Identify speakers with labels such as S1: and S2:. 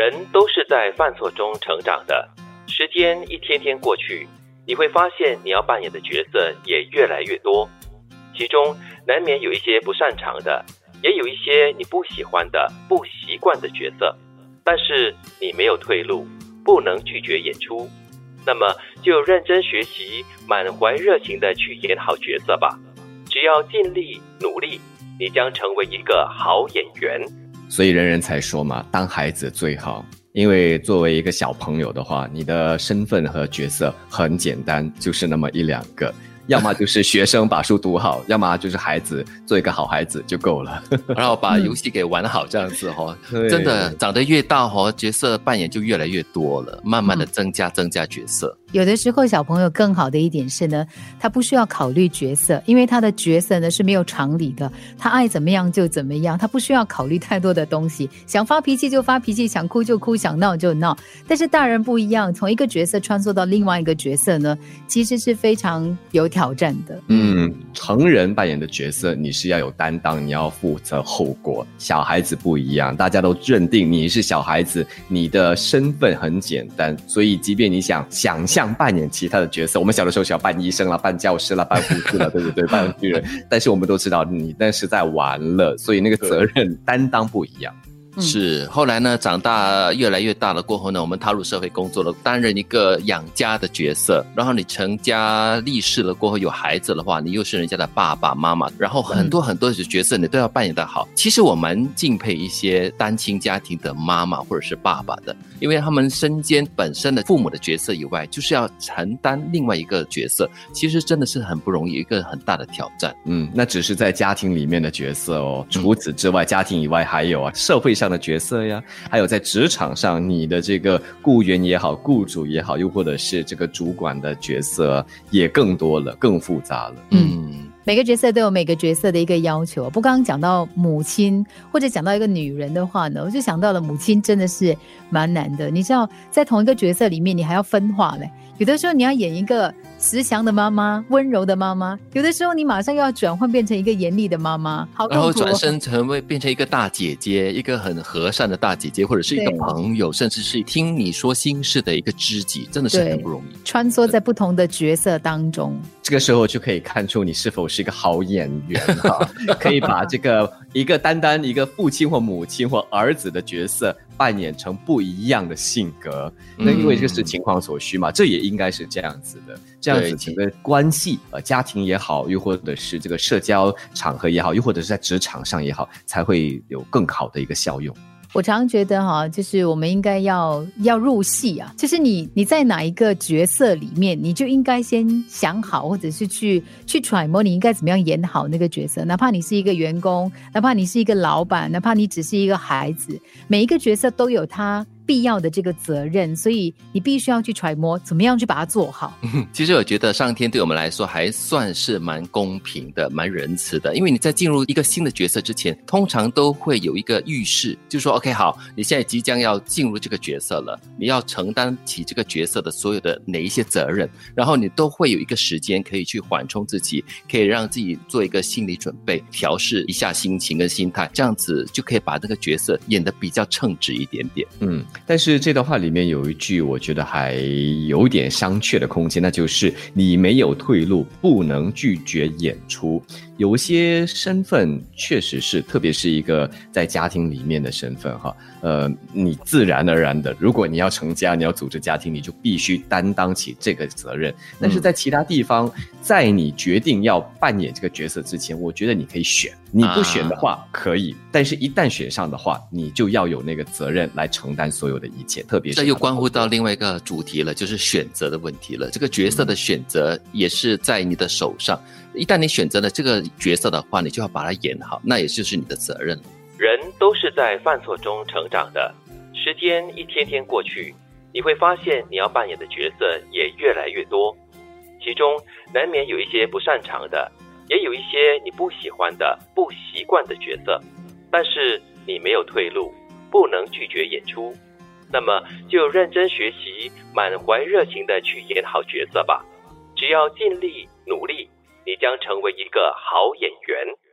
S1: 人都是在犯错中成长的，时间一天天过去，你会发现你要扮演的角色也越来越多，其中难免有一些不擅长的，也有一些你不喜欢的、不习惯的角色，但是你没有退路，不能拒绝演出，那么就认真学习，满怀热情地去演好角色吧。只要尽力努力，你将成为一个好演员。
S2: 所以人人才说嘛，当孩子最好。因为作为一个小朋友的话，你的身份和角色很简单，就是那么一两个，要么就是学生把书读好，要么就是孩子做一个好孩子就够了，
S3: 然后把游戏给玩好这样子哦。真的长得越大哦，角色扮演就越来越多了，慢慢的增加角色。
S4: 有的时候小朋友更好的一点是呢，他不需要考虑角色，因为他的角色呢是没有常理的，他爱怎么样就怎么样，他不需要考虑太多的东西，想发脾气就发脾气，想哭就哭，想闹就闹。但是大人不一样，从一个角色穿梭到另外一个角色呢，其实是非常有挑战的。
S2: 成人扮演的角色你是要有担当，你要负责后果。小孩子不一样，大家都认定你是小孩子，你的身份很简单，所以即便你想象扮演其他的角色，我们小的时候想扮医生啦，扮教师啦，扮护士啦，对不对？扮巨人，但是我们都知道你那是在玩了，所以那个责任担当不一样。
S3: 是，后来呢，长大越来越大了过后呢，我们踏入社会工作了，担任一个养家的角色，然后你成家立室了过后有孩子的话，你又是人家的爸爸妈妈，然后很多的角色你都要扮演得好。其实我蛮敬佩一些单亲家庭的妈妈或者是爸爸的，因为他们身兼本身的父母的角色以外，就是要承担另外一个角色，其实真的是很不容易，一个很大的挑战。
S2: 那只是在家庭里面的角色哦，除此之外，家庭以外还有社会上的角色呀，还有在职场上你的这个雇员也好，雇主也好，又或者是这个主管的角色也更多了，更复杂了。
S4: 每个角色都有每个角色的一个要求。不刚刚讲到母亲或者讲到一个女人的话呢，我就想到了母亲真的是蛮难的。你知道在同一个角色里面你还要分化嘞，有的时候你要演一个慈祥的妈妈，温柔的妈妈，有的时候你马上又要转换变成一个严厉的妈妈，好痛苦哦。
S3: 然后转身变成一个大姐姐，一个很和善的大姐姐，或者是一个朋友，甚至是听你说心事的一个知己，真的是很不容易。
S4: 穿梭在不同的角色当中，
S2: 这个时候就可以看出你是否是一个好演员可以把这个一个单单一个父亲或母亲或儿子的角色扮演成不一样的性格。那因为这是情况所需嘛，这也应该是这样子的，这样子整个关系家庭也好，又或者是这个社交场合也好，又或者是在职场上也好，才会有更好的一个效用。
S4: 我常觉得就是我们应该要入戏啊，就是你在哪一个角色里面，你就应该先想好，或者是去揣摩你应该怎么样演好那个角色。哪怕你是一个员工，哪怕你是一个老板，哪怕你只是一个孩子，每一个角色都有他必要的这个责任，所以你必须要去揣摩怎么样去把它做好。
S3: 其实我觉得上天对我们来说还算是蛮公平的，蛮仁慈的，因为你在进入一个新的角色之前，通常都会有一个预示，就是说 OK 好，你现在即将要进入这个角色了，你要承担起这个角色的所有的哪一些责任，然后你都会有一个时间可以去缓冲自己，可以让自己做一个心理准备，调试一下心情跟心态，这样子就可以把这个角色演得比较称职一点点。
S2: 但是这段话里面有一句我觉得还有点商榷的空间，那就是你没有退路，不能拒绝演出。有些身份确实是，特别是一个在家庭里面的身份你自然而然的，如果你要成家，你要组织家庭，你就必须担当起这个责任。但是在其他地方，在你决定要扮演这个角色之前，我觉得你可以选，你不选的话可以，但是一旦选上的话，你就要有那个责任来承担所有的一切，特别是
S3: 这又关乎到另外一个主题了，就是选择的问题了。这个角色的选择也是在你的手上，一旦你选择了这个角色的话，你就要把它演好，那也就是你的责任了。
S1: 人都是在犯错中成长的，时间一天天过去，你会发现你要扮演的角色也越来越多，其中难免有一些不擅长的，也有一些你不喜欢的、不习惯的角色，但是你没有退路，不能拒绝演出，那么就认真学习，满怀热情地去演好角色吧。只要尽力努力，你将成为一个好演员。